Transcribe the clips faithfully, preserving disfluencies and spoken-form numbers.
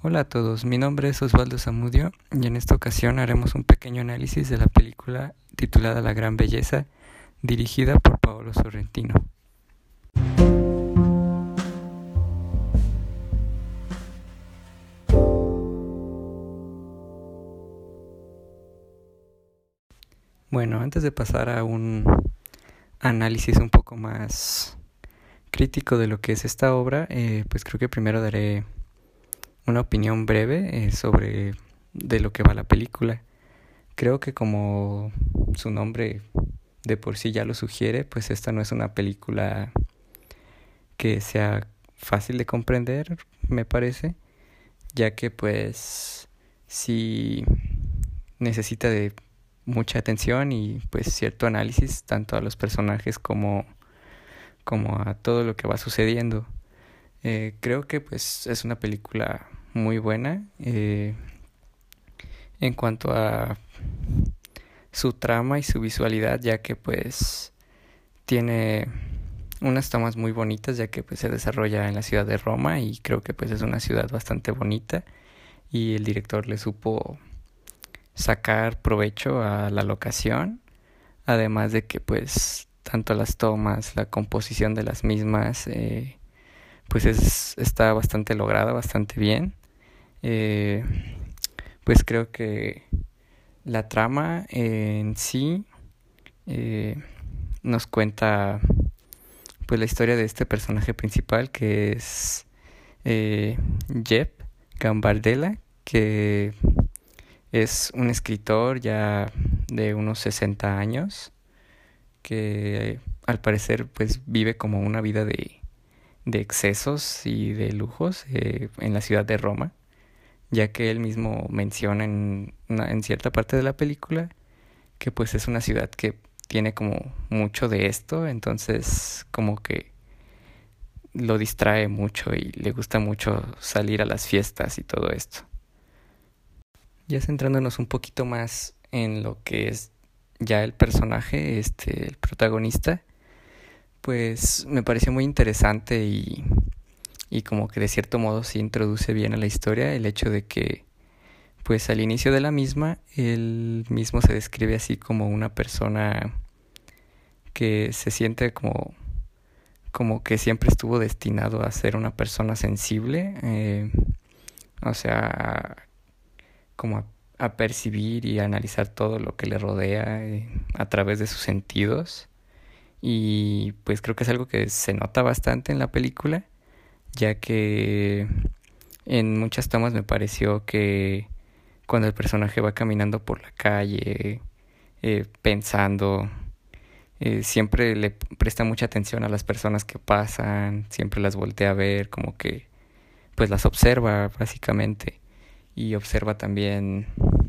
Hola a todos, mi nombre es Osvaldo Zamudio y en esta ocasión haremos un pequeño análisis de la película titulada La Gran Belleza, dirigida por Paolo Sorrentino. Bueno, antes de pasar a un análisis un poco más crítico de lo que es esta obra, eh, pues creo que primero daré una opinión breve eh, sobre de lo que va la película. Creo que como su nombre de por sí ya lo sugiere, pues esta no es una película que sea fácil de comprender, me parece, ya que pues sí necesita de mucha atención y pues cierto análisis tanto a los personajes como, como a todo lo que va sucediendo. Eh, creo que pues es una película muy buena eh, en cuanto a su trama y su visualidad, ya que pues tiene unas tomas muy bonitas, ya que pues se desarrolla en la ciudad de Roma y creo que pues es una ciudad bastante bonita y el director le supo sacar provecho a la locación, además de que pues tanto las tomas, la composición de las mismas eh, pues es, está bastante lograda, bastante bien. Eh, pues creo que la trama eh, en sí eh, nos cuenta pues la historia de este personaje principal que es eh, Jep Gambardella, que es un escritor ya de unos sesenta años que al parecer pues vive como una vida de, de excesos y de lujos eh, en la ciudad de Roma, ya que él mismo menciona en, una, en cierta parte de la película que pues es una ciudad que tiene como mucho de esto, entonces como que lo distrae mucho y le gusta mucho salir a las fiestas y todo esto. Ya centrándonos un poquito más en lo que es ya el personaje, este, el protagonista, pues me pareció muy interesante y, y como que de cierto modo sí introduce bien a la historia el hecho de que pues al inicio de la misma él mismo se describe así como una persona que se siente como como que siempre estuvo destinado a ser una persona sensible, eh, o sea, como a, a percibir y a analizar todo lo que le rodea eh, a través de sus sentidos. Y pues creo que es algo que se nota bastante en la película, ya que en muchas tomas me pareció que cuando el personaje va caminando por la calle, eh, pensando, eh, siempre le presta mucha atención a las personas que pasan, siempre las voltea a ver, como que pues las observa básicamente y observa también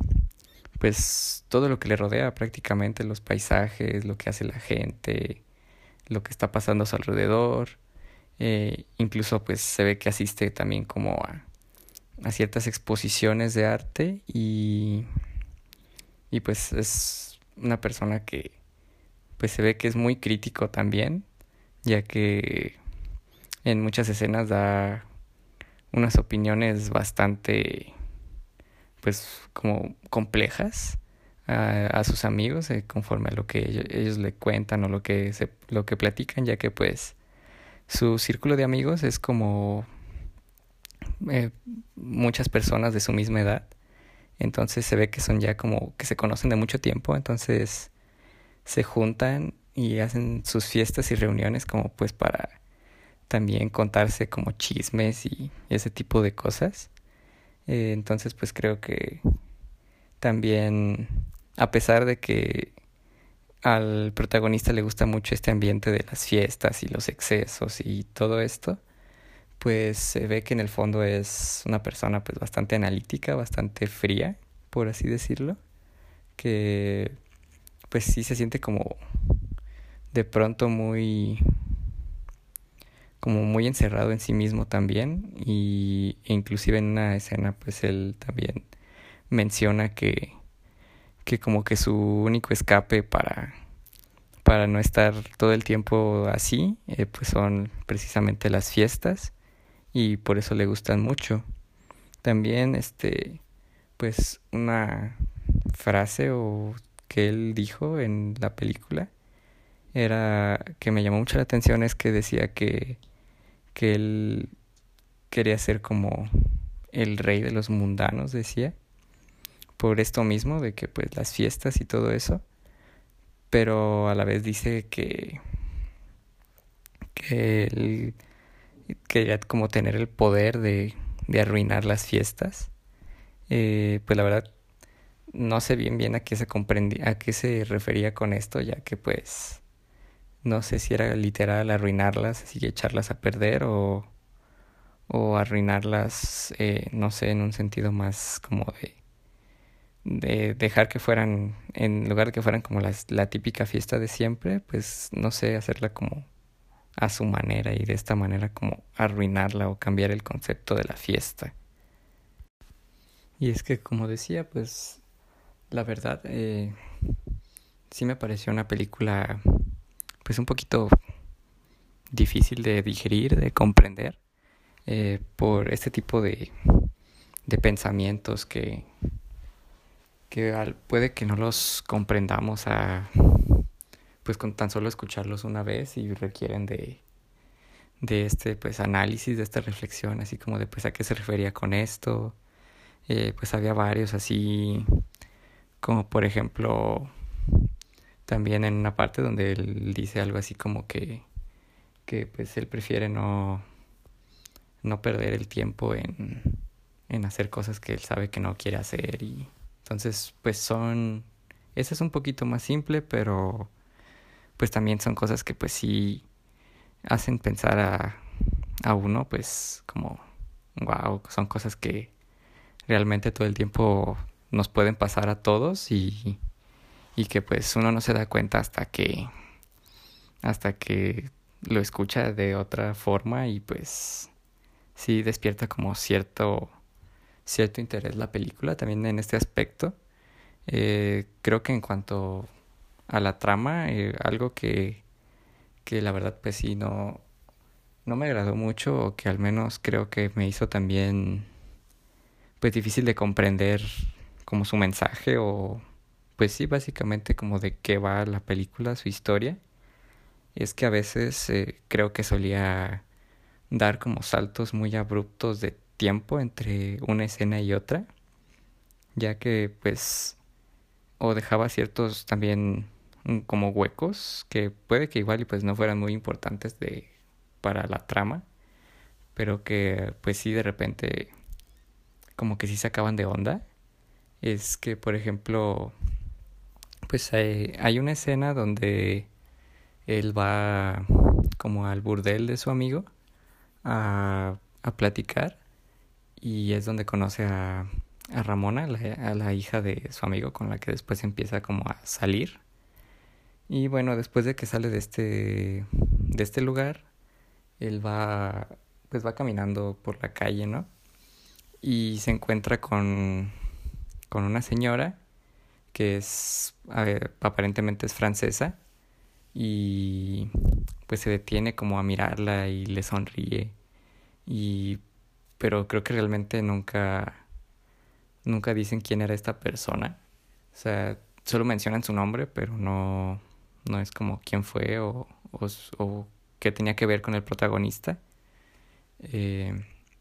pues todo lo que le rodea prácticamente, los paisajes, lo que hace la gente, lo que está pasando a su alrededor. Eh, incluso pues se ve que asiste también como a, a ciertas exposiciones de arte y, y pues es una persona que pues se ve que es muy crítico también, ya que en muchas escenas da unas opiniones bastante pues como complejas a, a sus amigos eh, conforme a lo que ellos, ellos le cuentan o lo que se, lo que platican, ya que pues su círculo de amigos es como eh, muchas personas de su misma edad, entonces se ve que son ya como que se conocen de mucho tiempo, entonces se juntan y hacen sus fiestas y reuniones como pues para también contarse como chismes y ese tipo de cosas. Eh, entonces pues creo que también, a pesar de que al protagonista le gusta mucho este ambiente de las fiestas y los excesos y todo esto, pues se ve que en el fondo es una persona pues bastante analítica, bastante fría, por así decirlo, que pues sí se siente como de pronto muy como muy encerrado en sí mismo también y e inclusive en una escena pues él también menciona que que como que su único escape para para no estar todo el tiempo así eh, pues son precisamente las fiestas y por eso le gustan mucho. También, este, pues una frase o que él dijo en la película era que me llamó mucho la atención, es que decía que, que él quería ser como el rey de los mundanos, decía, por esto mismo de que pues las fiestas y todo eso, pero a la vez dice que, que él quería como tener el poder de, de arruinar las fiestas. Eh, pues la verdad no sé bien bien a qué se comprendía, a qué se refería con esto, ya que pues no sé si era literal arruinarlas, así echarlas a perder o, o arruinarlas, eh, no sé, en un sentido más como de, de dejar que fueran, en lugar de que fueran como las, la típica fiesta de siempre, pues no sé, hacerla como a su manera y de esta manera como arruinarla o cambiar el concepto de la fiesta. Y es que como decía, pues la verdad eh, sí me pareció una película pues un poquito difícil de digerir, de comprender, eh, por este tipo de, de pensamientos que, que al, puede que no los comprendamos a, pues con tan solo escucharlos una vez y requieren de, de este pues análisis, de esta reflexión, así como de pues a qué se refería con esto. Eh, pues había varios así, como por ejemplo también en una parte donde él dice algo así como que, que pues él prefiere no, no perder el tiempo en, en hacer cosas que él sabe que no quiere hacer. Y entonces pues son, ese es un poquito más simple, pero pues también son cosas que pues sí hacen pensar a, a uno, pues como wow, son cosas que realmente todo el tiempo nos pueden pasar a todos y, y que pues uno no se da cuenta hasta que hasta que lo escucha de otra forma y pues sí despierta como cierto cierto interés la película también en este aspecto. Eh, creo que en cuanto a la trama, eh, algo que, que la verdad pues sí no, no me agradó mucho o que al menos creo que me hizo también pues difícil de comprender como su mensaje o pues sí básicamente como de qué va la película, su historia. Es que a veces eh, creo que solía dar como saltos muy abruptos de tiempo entre una escena y otra, ya que pues o dejaba ciertos también mm, como huecos que puede que igual y pues no fueran muy importantes de para la trama, pero que pues sí de repente como que sí sacaban de onda. Es que por ejemplo pues hay, hay una escena donde él va como al burdel de su amigo a, a platicar y es donde conoce a, a Ramona, la, a la hija de su amigo con la que después empieza como a salir. Y bueno, después de que sale de este, de este lugar, él va, pues va caminando por la calle, ¿no? Y se encuentra con, con una señora que es, a ver, aparentemente es francesa y pues se detiene como a mirarla y le sonríe y pero creo que realmente nunca nunca dicen quién era esta persona. O sea, solo mencionan su nombre, pero no no es como quién fue o o, o qué tenía que ver con el protagonista. Eh,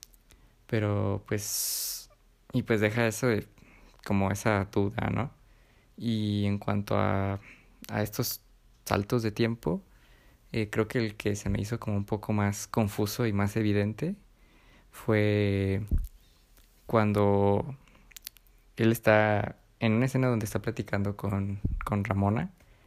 pero pues y pues deja eso de, como esa duda, ¿no? Y en cuanto a a estos saltos de tiempo, eh, creo que el que se me hizo como un poco más confuso y más evidente fue cuando él está en una escena donde está platicando con, con Ramona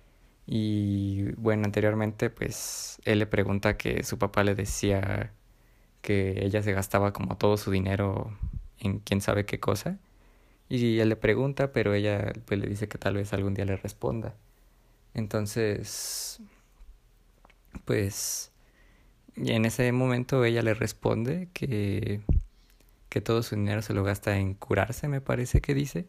y bueno, anteriormente pues él le pregunta que su papá le decía que ella se gastaba como todo su dinero en quién sabe qué cosa y él le pregunta pero ella pues le dice que tal vez algún día le responda. Entonces pues y en ese momento ella le responde que, que todo su dinero se lo gasta en curarse, me parece que dice,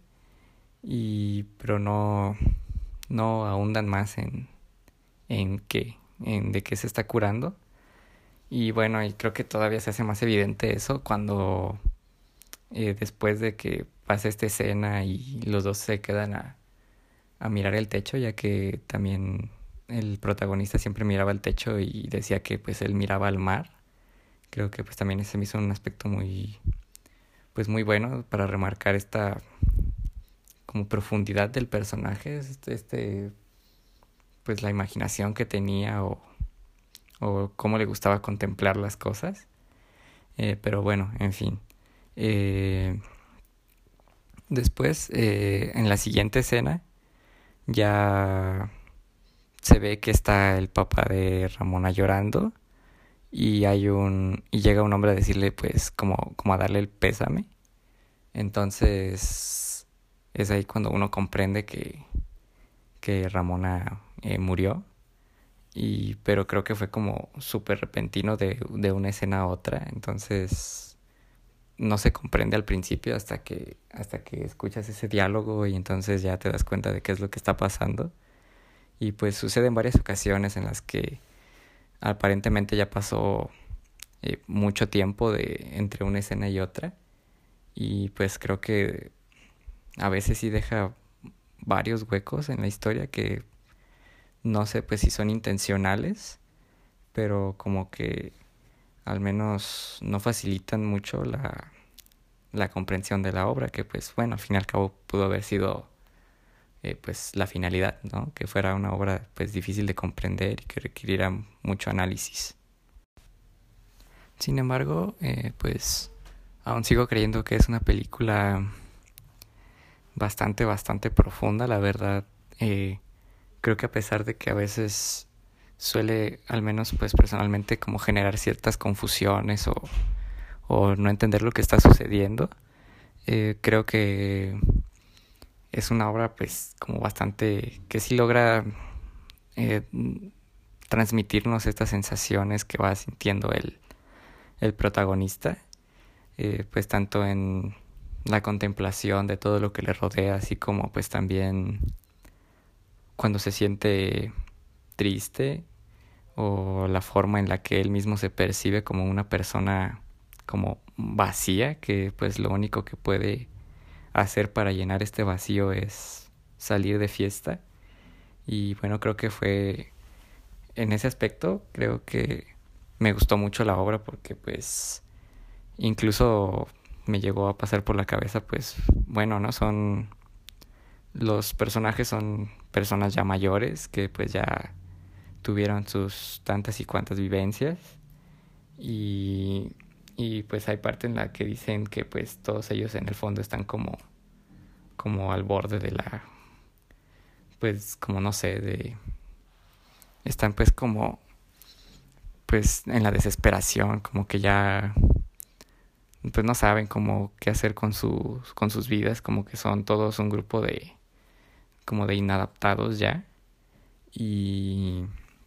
y pero no, no ahondan más en, en qué, en de qué se está curando. Y bueno, y creo que todavía se hace más evidente eso cuando eh, después de que pasa esta escena y los dos se quedan a, a mirar el techo, ya que también el protagonista siempre miraba el techo y decía que pues él miraba al mar. Creo que pues también ese me hizo un aspecto muy pues muy bueno para remarcar esta como profundidad del personaje, este, este pues la imaginación que tenía o, o cómo le gustaba contemplar las cosas. Eh, pero bueno, en fin. Eh, después, eh, en la siguiente escena, ya se ve que está el papá de Ramona llorando y hay un y llega un hombre a decirle pues como como a darle el pésame. Entonces es ahí cuando uno comprende que que Ramona eh, murió y pero creo que fue como súper repentino de, de una escena a otra, entonces no se comprende al principio hasta que hasta que escuchas ese diálogo y entonces ya te das cuenta de qué es lo que está pasando. Y pues sucede en varias ocasiones en las que aparentemente ya pasó eh, mucho tiempo de entre una escena y otra. Y pues creo que a veces sí deja varios huecos en la historia que no sé pues si son intencionales, pero como que al menos no facilitan mucho la, la comprensión de la obra, que pues bueno, al fin y al cabo pudo haber sido eh, pues la finalidad, ¿no? Que fuera una obra pues difícil de comprender y que requiriera mucho análisis. Sin embargo, eh, pues aún sigo creyendo que es una película bastante, bastante profunda, la verdad. Eh, creo que a pesar de que a veces suele, al menos pues personalmente, como generar ciertas confusiones o, o no entender lo que está sucediendo, eh, creo que es una obra pues como bastante que sí logra eh, transmitirnos estas sensaciones que va sintiendo el, el protagonista, eh, pues tanto en la contemplación de todo lo que le rodea, así como pues también cuando se siente triste o la forma en la que él mismo se percibe como una persona como vacía, que pues lo único que puede hacer para llenar este vacío es salir de fiesta. Y bueno, creo que fue en ese aspecto, creo que me gustó mucho la obra porque pues incluso me llegó a pasar por la cabeza pues bueno, ¿no? Son los personajes son personas ya mayores que pues ya tuvieron sus tantas y cuantas vivencias y, y pues hay parte en la que dicen que pues todos ellos en el fondo están como, como al borde de la, pues como no sé, de, están pues como, pues en la desesperación, como que ya, pues no saben cómo qué hacer con sus, con sus vidas, como que son todos un grupo de, como de inadaptados ya y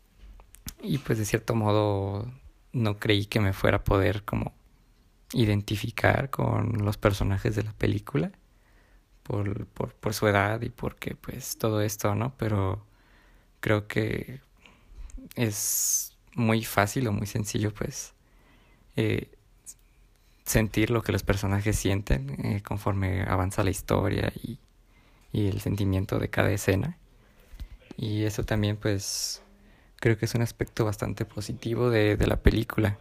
y pues de cierto modo no creí que me fuera a poder como identificar con los personajes de la película por, por, por su edad y porque pues todo esto, ¿no? Pero creo que es muy fácil o muy sencillo pues eh, sentir lo que los personajes sienten eh, conforme avanza la historia y, y el sentimiento de cada escena. Y eso también pues creo que es un aspecto bastante positivo de, de la película.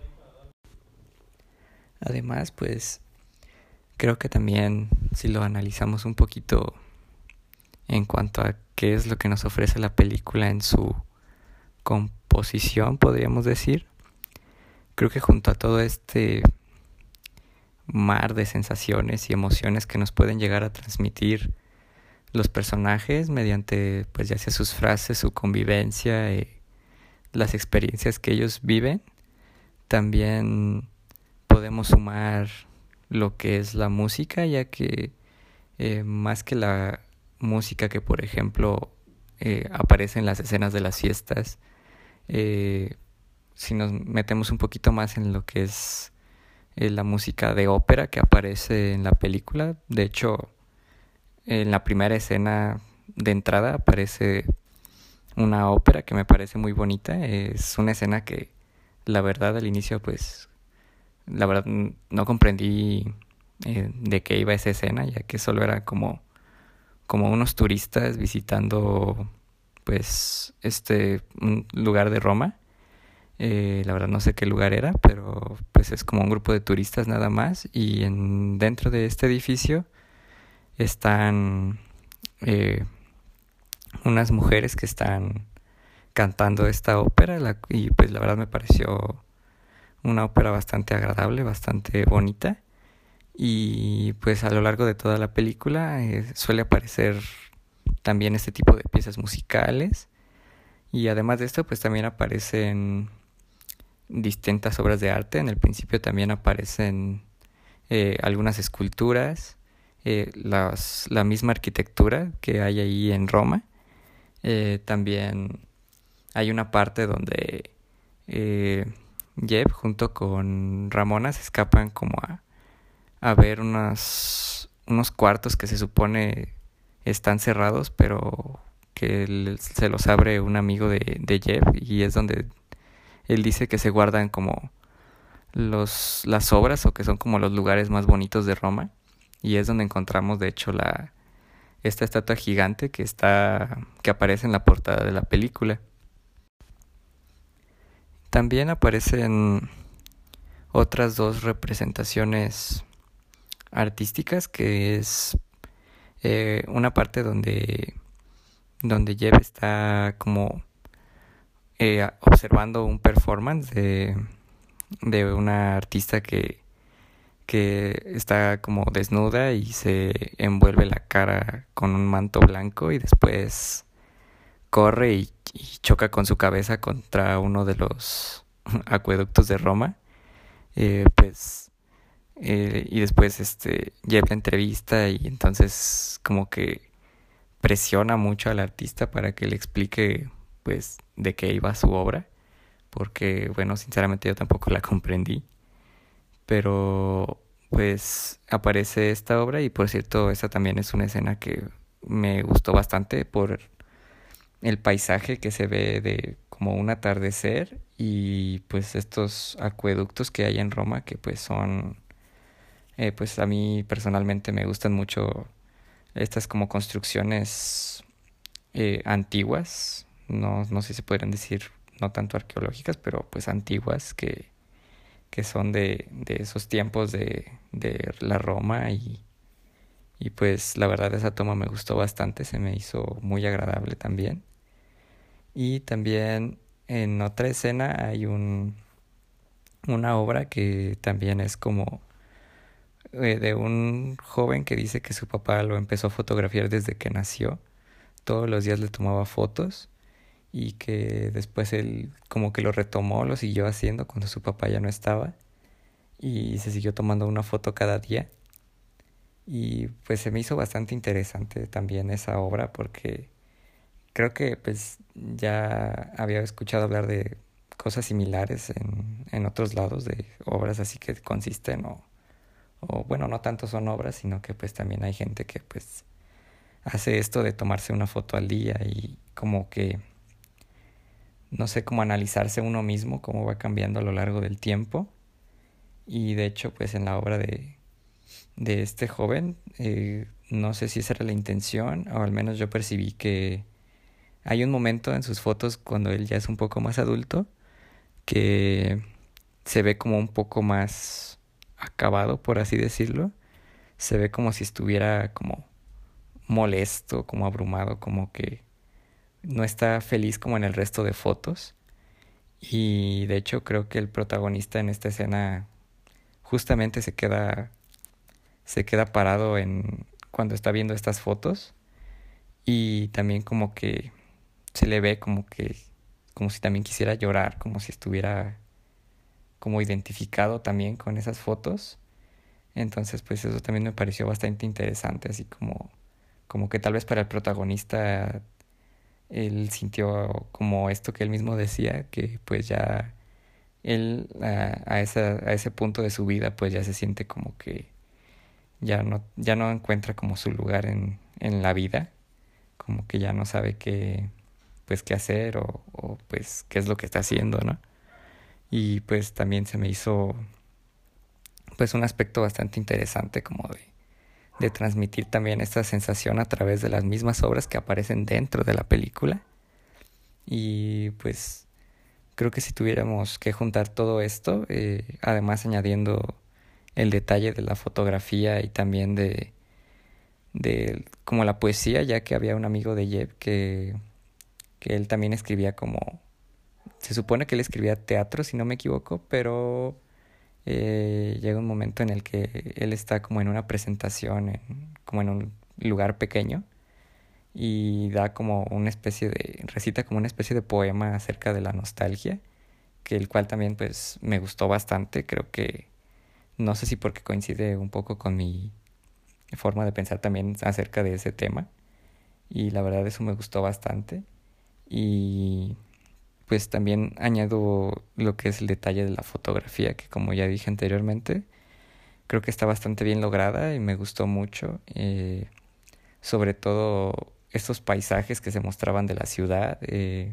Además, pues creo que también si lo analizamos un poquito en cuanto a qué es lo que nos ofrece la película en su composición, podríamos decir, creo que junto a todo este mar de sensaciones y emociones que nos pueden llegar a transmitir los personajes mediante pues ya sea sus frases, su convivencia, eh, las experiencias que ellos viven, también podemos sumar lo que es la música, ya que eh, más que la música que por ejemplo eh, aparece en las escenas de las fiestas, eh, si nos metemos un poquito más en lo que es eh, la música de ópera que aparece en la película, de hecho en la primera escena de entrada aparece una ópera que me parece muy bonita, es una escena que la verdad al inicio pues la verdad no comprendí eh, de qué iba esa escena, ya que solo era como, como unos turistas visitando pues este un lugar de Roma. Eh, la verdad no sé qué lugar era, pero pues es como un grupo de turistas nada más. Y en, dentro de este edificio están eh, unas mujeres que están cantando esta ópera la, y pues la verdad me pareció una ópera bastante agradable, bastante bonita. Y pues a lo largo de toda la película eh, suele aparecer también este tipo de piezas musicales. Y además de esto pues también aparecen distintas obras de arte. En el principio también aparecen eh, algunas esculturas, eh, las, la misma arquitectura que hay ahí en Roma. Eh, también hay una parte donde eh, Jeb junto con Ramona se escapan como a, a ver unos, unos cuartos que se supone están cerrados, pero que se los abre un amigo de, de Jeb, y es donde él dice que se guardan como los, las obras, o que son como los lugares más bonitos de Roma, y es donde encontramos de hecho la, esta estatua gigante que está que aparece en la portada de la película. También aparecen otras dos representaciones artísticas, que es eh, una parte donde donde Jeb está como eh, observando un performance de, de una artista que, que está como desnuda y se envuelve la cara con un manto blanco, y después corre y, y choca con su cabeza contra uno de los acueductos de Roma. Eh, pues eh, y después este lleva la entrevista, y entonces como que presiona mucho al artista para que le explique pues de qué iba su obra, porque bueno, sinceramente yo tampoco la comprendí, pero pues aparece esta obra. Y por cierto, esta también es una escena que me gustó bastante por el paisaje que se ve de como un atardecer, y pues estos acueductos que hay en Roma, que pues son eh, pues a mí personalmente me gustan mucho estas como construcciones eh, antiguas, no, no sé si se podrían decir no tanto arqueológicas, pero pues antiguas, que, que son de, de esos tiempos de, de la Roma. Y, y pues la verdad esa toma me gustó bastante, se me hizo muy agradable también. Y también en otra escena hay un, una obra que también es como eh, de un joven que dice que su papá lo empezó a fotografiar desde que nació. Todos los días le tomaba fotos, y que después él como que lo retomó, lo siguió haciendo cuando su papá ya no estaba, y se siguió tomando una foto cada día. Y pues se me hizo bastante interesante también esa obra, porque creo que pues ya había escuchado hablar de cosas similares en, en otros lados, de obras así que consisten o, o bueno, no tanto son obras, sino que pues también hay gente que pues hace esto de tomarse una foto al día, y como que no sé, cómo analizarse uno mismo, cómo va cambiando a lo largo del tiempo. Y de hecho pues en la obra de, de este joven, eh, no sé si esa era la intención, o al menos yo percibí que hay un momento en sus fotos cuando él ya es un poco más adulto, que se ve como un poco más acabado, por así decirlo. Se ve como si estuviera como molesto, como abrumado, como que no está feliz como en el resto de fotos. Y de hecho creo que el protagonista en esta escena justamente se queda se queda parado en cuando está viendo estas fotos, y también como que se le ve como que como si también quisiera llorar, como si estuviera como identificado también con esas fotos. Entonces pues eso también me pareció bastante interesante, así como como que tal vez para el protagonista él sintió como esto que él mismo decía, que pues ya él a, a, esa, a ese punto de su vida pues ya se siente como que ya no, ya no encuentra como su lugar en, en la vida, como que ya no sabe qué, pues qué hacer, o, o pues qué es lo que está haciendo, ¿no? Y pues también se me hizo pues un aspecto bastante interesante como de, de transmitir también esta sensación a través de las mismas obras que aparecen dentro de la película. Y pues creo que si tuviéramos que juntar todo esto, eh, además añadiendo el detalle de la fotografía y también de, de como la poesía, ya que había un amigo de Jeb que, que él también escribía como, se supone que él escribía teatro si no me equivoco, pero eh, llega un momento en el que él está como en una presentación, en, como en un lugar pequeño y da como una especie de, recita como una especie de poema acerca de la nostalgia, que el cual también pues me gustó bastante, creo que no sé si porque coincide un poco con mi forma de pensar también acerca de ese tema y la verdad eso me gustó bastante y pues también añado lo que es el detalle de la fotografía que como ya dije anteriormente creo que está bastante bien lograda y me gustó mucho, eh, sobre todo estos paisajes que se mostraban de la ciudad, eh,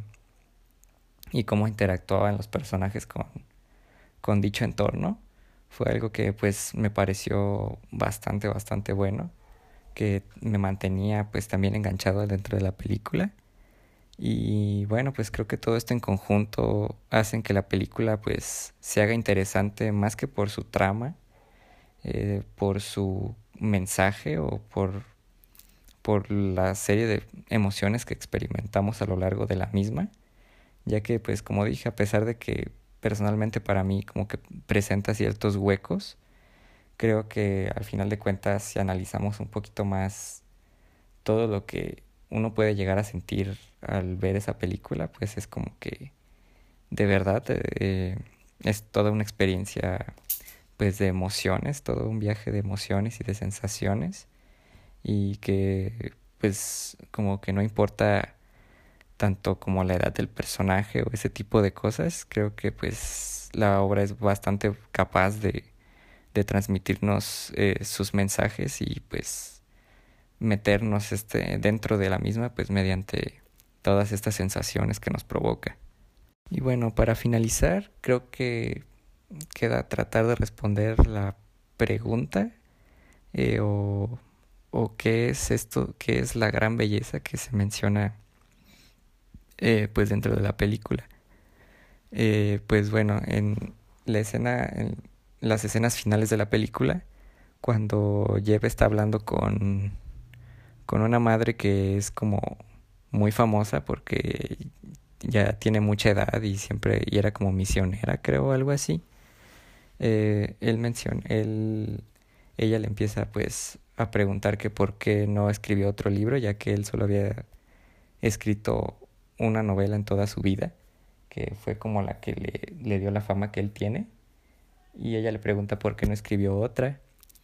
y cómo interactuaban los personajes con, con dicho entorno. Fue algo que pues me pareció bastante, bastante bueno, que me mantenía pues también enganchado dentro de la película. Y bueno, pues creo que todo esto en conjunto hacen que la película pues se haga interesante más que por su trama, eh, por su mensaje o por, por la serie de emociones que experimentamos a lo largo de la misma, ya que pues como dije, a pesar de que personalmente para mí como que presenta ciertos huecos, creo que al final de cuentas si analizamos un poquito más todo lo que uno puede llegar a sentir al ver esa película, pues es como que de verdad eh, es toda una experiencia pues de emociones, todo un viaje de emociones y de sensaciones y que pues como que no importa tanto como la edad del personaje o ese tipo de cosas, creo que pues la obra es bastante capaz de, de transmitirnos eh, sus mensajes y pues meternos este dentro de la misma pues mediante todas estas sensaciones que nos provoca. Y bueno, para finalizar, creo que queda tratar de responder la pregunta, eh, o, o qué es esto, qué es la gran belleza que se menciona eh, pues dentro de la película. Eh, pues bueno, en la escena, en las escenas finales de la película, cuando Jeb está hablando con, con una madre que es como muy famosa porque ya tiene mucha edad y siempre y era como misionera, creo, algo así. Eh, él menciona, él, ella le empieza pues a preguntar que por qué no escribió otro libro, ya que él solo había escrito una novela en toda su vida, que fue como la que le, le dio la fama que él tiene. Y ella le pregunta por qué no escribió otra.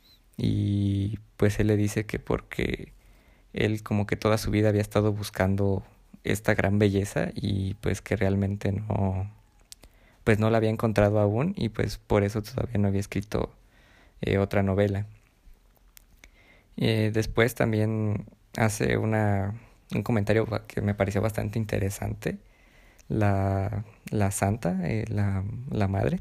Y pues él le dice que porque él como que toda su vida había estado buscando esta gran belleza y pues que realmente no, pues no la había encontrado aún y pues por eso todavía no había escrito eh, otra novela. Eh, después también hace una, un comentario que me pareció bastante interesante la, la santa, eh, la, la madre,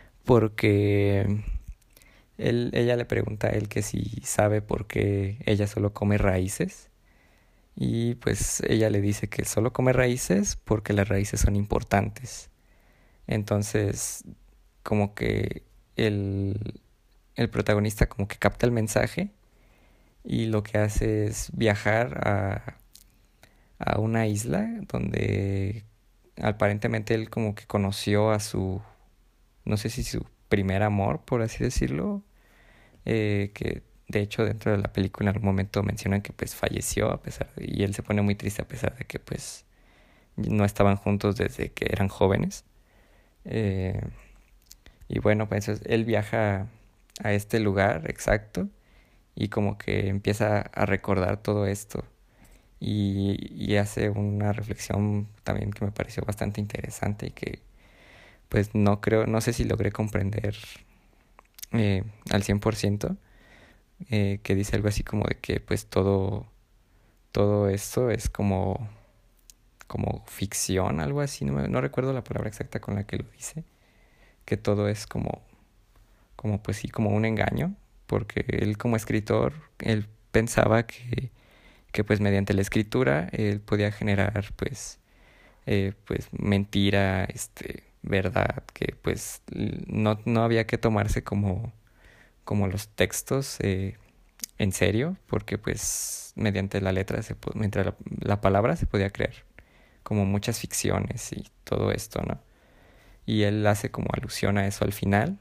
porque él, ella le pregunta a él que si sabe por qué ella solo come raíces y pues ella le dice que solo come raíces porque las raíces son importantes. Entonces como que el, el protagonista como que capta el mensaje y lo que hace es viajar a, a una isla donde aparentemente él como que conoció a su, no sé si su primer amor, por así decirlo, eh, que de hecho dentro de la película en algún momento mencionan que pues falleció a pesar de, y él se pone muy triste a pesar de que pues no estaban juntos desde que eran jóvenes. Eh, y bueno, pues él viaja a este lugar exacto y como que empieza a recordar todo esto y, y hace una reflexión también que me pareció bastante interesante y que pues no creo, no sé si logré comprender eh, al cien por ciento, eh, que dice algo así como de que pues todo, todo esto es como, como ficción, algo así, no, me- no recuerdo la palabra exacta con la que lo dice, que todo es como, como pues sí, como un engaño, porque él como escritor, él pensaba que, que pues mediante la escritura él podía generar pues, eh, pues mentira, este, verdad, que pues no, no había que tomarse como, como los textos eh, en serio, porque pues mediante la letra, se, mientras la, la palabra se podía crear como muchas ficciones y todo esto, ¿no? Y él hace como alusión a eso al final.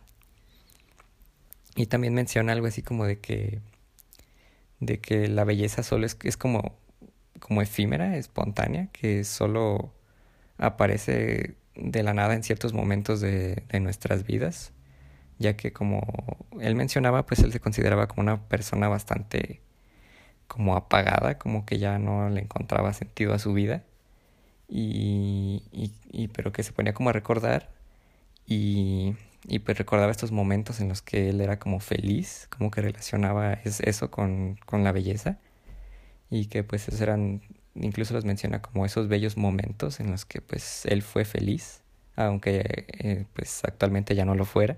Y también menciona algo así como de que, de que la belleza solo es, es como, como efímera, espontánea, que solo aparece de la nada en ciertos momentos de, de nuestras vidas, ya que como él mencionaba, pues él se consideraba como una persona bastante como apagada, como que ya no le encontraba sentido a su vida, y, y, y pero que se ponía como a recordar y, y pues recordaba estos momentos en los que él era como feliz, como que relacionaba es, eso con, con la belleza, y que pues esos eran, incluso los menciona como esos bellos momentos en los que pues él fue feliz, aunque eh, pues actualmente ya no lo fuera.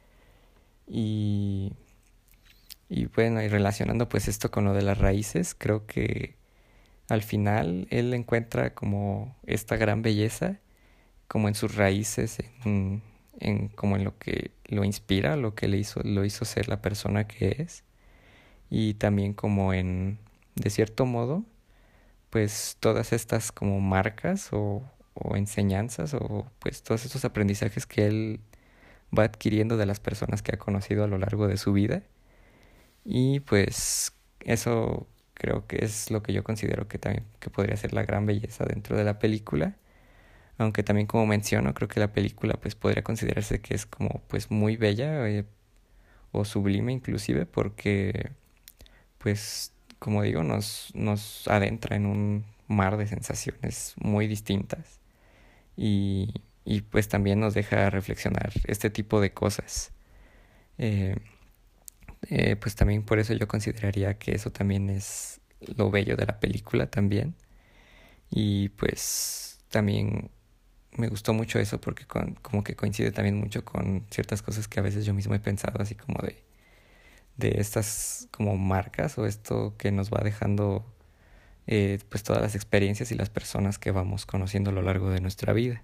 Y, y bueno, y relacionando pues esto con lo de las raíces, creo que al final él encuentra como esta gran belleza, como en sus raíces, en, en como en lo que lo inspira, lo que le hizo, lo hizo ser la persona que es, y también como en, de cierto modo, pues todas estas como marcas o, o enseñanzas o pues todos estos aprendizajes que él va adquiriendo de las personas que ha conocido a lo largo de su vida. Y pues eso creo que es lo que yo considero que también que podría ser la gran belleza dentro de la película. Aunque también como menciono, creo que la película pues podría considerarse que es como pues muy bella eh, o sublime inclusive, porque pues como digo nos, nos adentra en un mar de sensaciones muy distintas, y, y pues también nos deja reflexionar este tipo de cosas. Eh, eh, pues también por eso yo consideraría que eso también es lo bello de la película también. Y pues también me gustó mucho eso porque con, como que coincide también mucho con ciertas cosas que a veces yo mismo he pensado, así como de, de estas como marcas o esto que nos va dejando eh, pues todas las experiencias y las personas que vamos conociendo a lo largo de nuestra vida.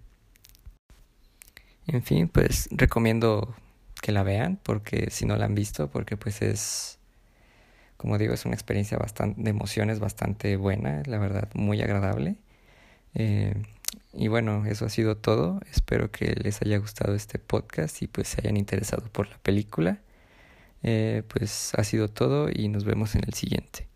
En fin, pues recomiendo que la vean, porque si no la han visto, porque pues es, como digo, es una experiencia bastante de emociones bastante buena, la verdad, muy agradable. Eh, y bueno, eso ha sido todo. Espero que les haya gustado este podcast y pues se hayan interesado por la película. Eh, pues ha sido todo y nos vemos en el siguiente.